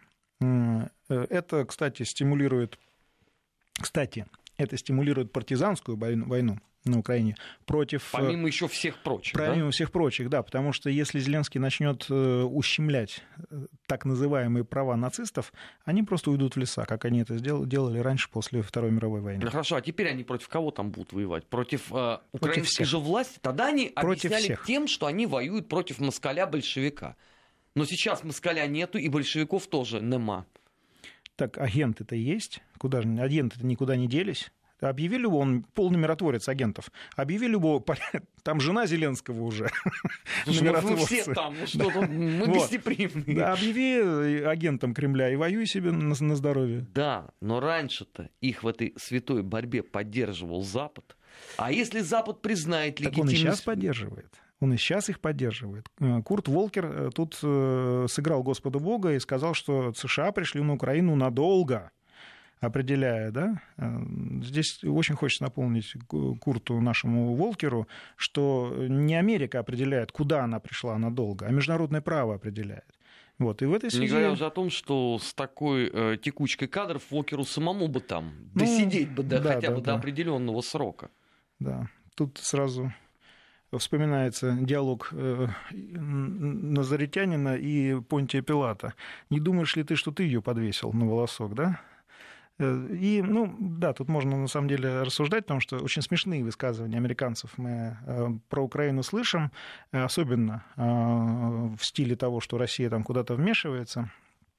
Это, кстати, стимулирует, кстати, это стимулирует партизанскую войну на Украине против...
Помимо еще всех прочих,
Помимо
да?
всех прочих, да, потому что если Зеленский начнет ущемлять так называемые права нацистов, они просто уйдут в леса, как они это сделали, делали раньше, после Второй мировой войны.
Ну, хорошо, а теперь они против кого там будут воевать? Против э, украинской
против
же власти? Тогда они
против
объясняли
всех.
тем, что они воюют против москаля-большевика. Но сейчас москаля нету, и большевиков тоже нема.
Так, агенты-то есть. Куда же? Агенты-то никуда не делись. Объявили его, он полный миротворец агентов. Объявили его, там жена Зеленского уже.
Слушай, мы все там, ну что там, мы вот. Гостеприимные.
Да, объяви агентом Кремля и воюй себе на, на здоровье.
Да, но раньше-то их в этой святой борьбе поддерживал Запад. А если Запад признает легитимность...
Так он и сейчас поддерживает. Он и сейчас их поддерживает. Курт Волкер тут сыграл Господа Бога и сказал, что США пришли на Украину надолго. определяя, да, здесь очень хочется напомнить Курту, нашему Волкеру, что не Америка определяет, куда она пришла надолго, а международное право определяет. Вот, и в этой связи...
Не говоря уже о том, что с такой э, текучкой кадров Волкеру самому бы там ну, досидеть бы до, да, хотя да, бы да. до определенного срока.
Да, тут сразу вспоминается диалог э, Назаретянина и Понтия Пилата. Не думаешь ли ты, что ты ее подвесил на волосок, да? И, ну, да, тут можно на самом деле рассуждать, потому что очень смешные высказывания американцев мы про Украину слышим, особенно в стиле того, что Россия там куда-то вмешивается.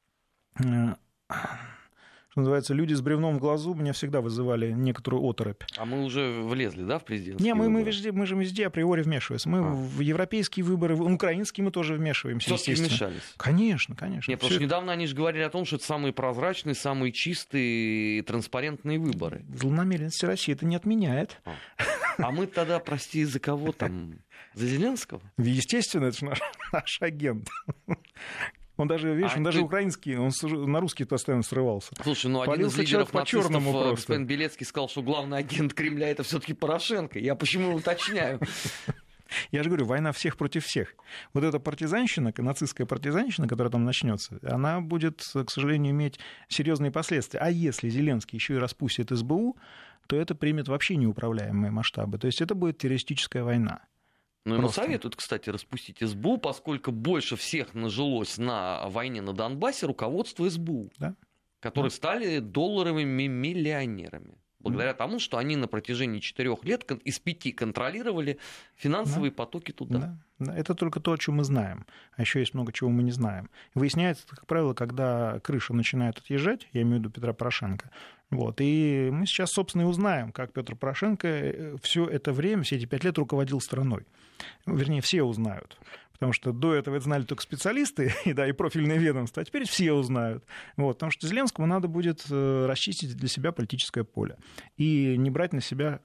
Что называется, люди с бревном в глазу меня всегда вызывали некоторую оторопь.
А мы уже влезли, да, в президентские
Не, мы,
выборы?
мы, везде, мы же везде априори вмешиваемся. Мы а. в европейские выборы, в украинские мы тоже вмешиваемся,
все-таки вмешались?
Конечно, конечно.
Нет, потому что недавно они же говорили о том, что это самые прозрачные, самые чистые и транспарентные выборы.
Злонамеренности России это не отменяет.
А, а мы тогда, прости, за кого там? За Зеленского?
Естественно, это же наш, наш агент. Он даже, видишь, а он ты... даже украинский, он на русский постоянно срывался.
Слушай, ну один из лидеров нацистов, господин Белецкий, сказал, что главный агент Кремля — это все-таки Порошенко. Я почему уточняю?
Я же говорю, война всех против всех. Вот эта партизанщина, нацистская партизанщина, которая там начнется, она будет, к сожалению, иметь серьезные последствия. А если Зеленский еще и распустит эс бэ у, то это примет вообще неуправляемые масштабы. То есть это будет террористическая война.
Ну, ему советуют, кстати, распустить эс бэ у, поскольку больше всех нажилось на войне на Донбассе руководство эс бэ у, да? которые да. стали долларовыми миллионерами. Благодаря да. тому, что они на протяжении четырех лет из пяти контролировали финансовые да. потоки туда.
Да. Да. Это только то, о чем мы знаем. А еще есть много чего мы не знаем. Выясняется, как правило, когда крыша начинает отъезжать, я имею в виду Петра Порошенко. Вот. И мы сейчас, собственно, и узнаем, как Петр Порошенко все это время, все эти пять лет руководил страной. Вернее, все узнают. Потому что до этого это знали только специалисты и, да, и профильные ведомства, а теперь все узнают. Вот. Потому что Зеленскому надо будет расчистить для себя политическое поле и не брать на себя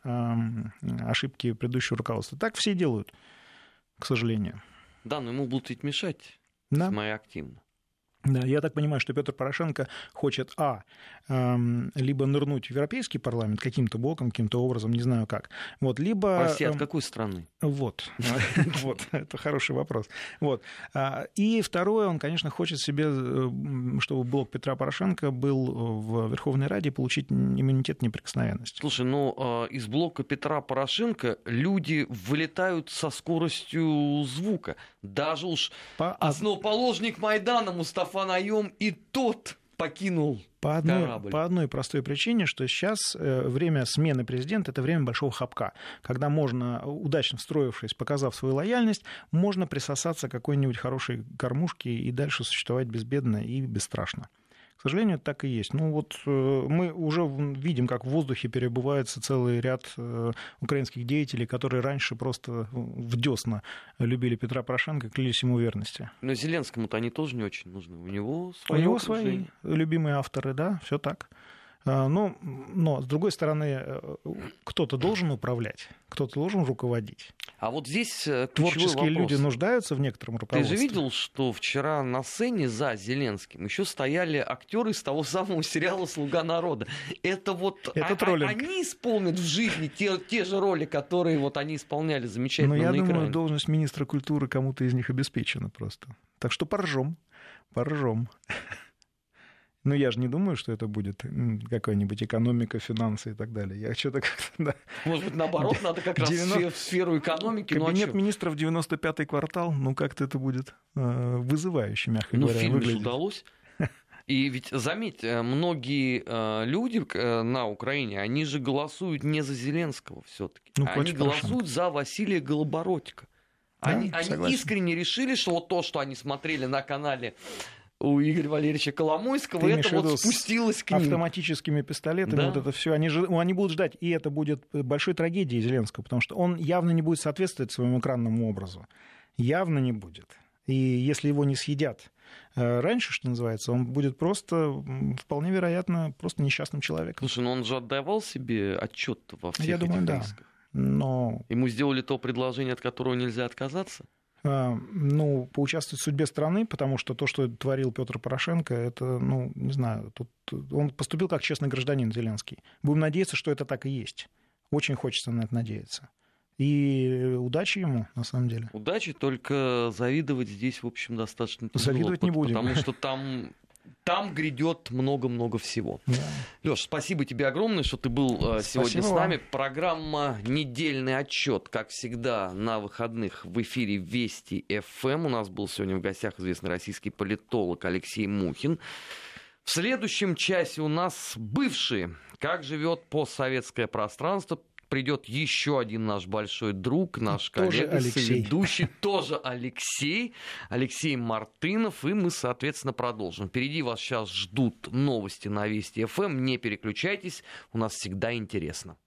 ошибки предыдущего руководства. Так все делают, к сожалению.
Да, но ему будут ведь мешать
да.
весьма активно.
Да, я так понимаю, что Петр Порошенко хочет, а, э, либо нырнуть в Европейский парламент каким-то боком, каким-то образом, не знаю как, вот, либо...
Прости, от какой страны?
Вот, вот, это хороший вопрос. Вот. И второе, он, конечно, хочет себе, чтобы блок Петра Порошенко был в Верховной Раде и получить иммунитет неприкосновенности.
Слушай, ну, из блока Петра Порошенко люди вылетают со скоростью звука. Даже уж По... основоположник Майдана Мустафа Найом и тот покинул
по одной,
корабль.
По одной простой причине, что сейчас время смены президента – это время большого хапка, когда можно, удачно встроившись, показав свою лояльность, можно присосаться к какой-нибудь хорошей кормушке и дальше существовать безбедно и бесстрашно. К сожалению, это так и есть. Ну вот мы уже видим, как в воздухе перебывается целый ряд украинских деятелей, которые раньше просто в десна любили Петра Порошенко, клялись ему верности.
Но Зеленскому-то они тоже не очень нужны. У него свои,
У него свои любимые авторы, да, все так. Но, но, с другой стороны, кто-то должен управлять, кто-то должен руководить.
А вот здесь
творческие
вопрос.
люди нуждаются в некотором руководстве.
Ты же видел, что вчера на сцене за Зеленским еще стояли актеры из того самого сериала «Слуга народа». Это вот
Это
а, а, они исполнят в жизни те, те же роли, которые вот они исполняли замечательно
на
экране.
Но я думаю, должность министра культуры кому-то из них обеспечена просто. Так что поржем, поржем. Ну, я же не думаю, что это будет какая-нибудь экономика, финансы и так далее. Я что-то как-то... Да.
Может быть, наоборот, надо как раз девяносто... в сферу экономики.
Кабинет
ночью.
министров девяносто пятый квартал, ну, как-то это будет э, вызывающе, мягко
ну,
говоря,
фильм
выглядеть.
удалось. И ведь, заметь, многие э, люди э, на Украине, они же голосуют не за Зеленского все-таки. Ну, они голосуют за Василия Голобородько. Они, да, они искренне решили, что вот то, что они смотрели на канале у Игоря Валерьевича Коломойского, ты это вот спустилось к ним.
Автоматическими пистолетами, да? Вот это все. Они, же, они будут ждать, и это будет большой трагедией Зеленского, потому что он явно не будет соответствовать своему экранному образу. Явно не будет. И если его не съедят раньше, что называется, он будет просто, вполне вероятно, просто несчастным человеком.
Слушай, ну он же отдавал себе отчет во всех
Я
этих
думаю,
рисках.
Да. Но...
Ему сделали то предложение, от которого нельзя отказаться?
ну, поучаствовать в судьбе страны, потому что то, что творил Петр Порошенко, это, ну, не знаю, тут он поступил как честный гражданин Зеленский. Будем надеяться, что это так и есть. Очень хочется на это надеяться. И удачи ему, на самом деле.
Удачи, только завидовать здесь, в общем, достаточно тяжело.
Завидовать не будем.
Потому что там... Там грядет много-много всего. Да. Лёш, спасибо тебе огромное, что ты был спасибо сегодня с нами. Вам. Программа «Недельный отчет», как всегда, на выходных в эфире Вести эф эм. У нас был сегодня в гостях известный российский политолог Алексей Мухин. В следующем часе у нас бывшие. Как живет постсоветское пространство. Придет еще один наш большой друг, наш тоже коллега, соведущий, тоже Алексей, Алексей Мартынов, и мы, соответственно, продолжим. Впереди вас сейчас ждут новости на Вести эф эм, не переключайтесь, у нас всегда интересно.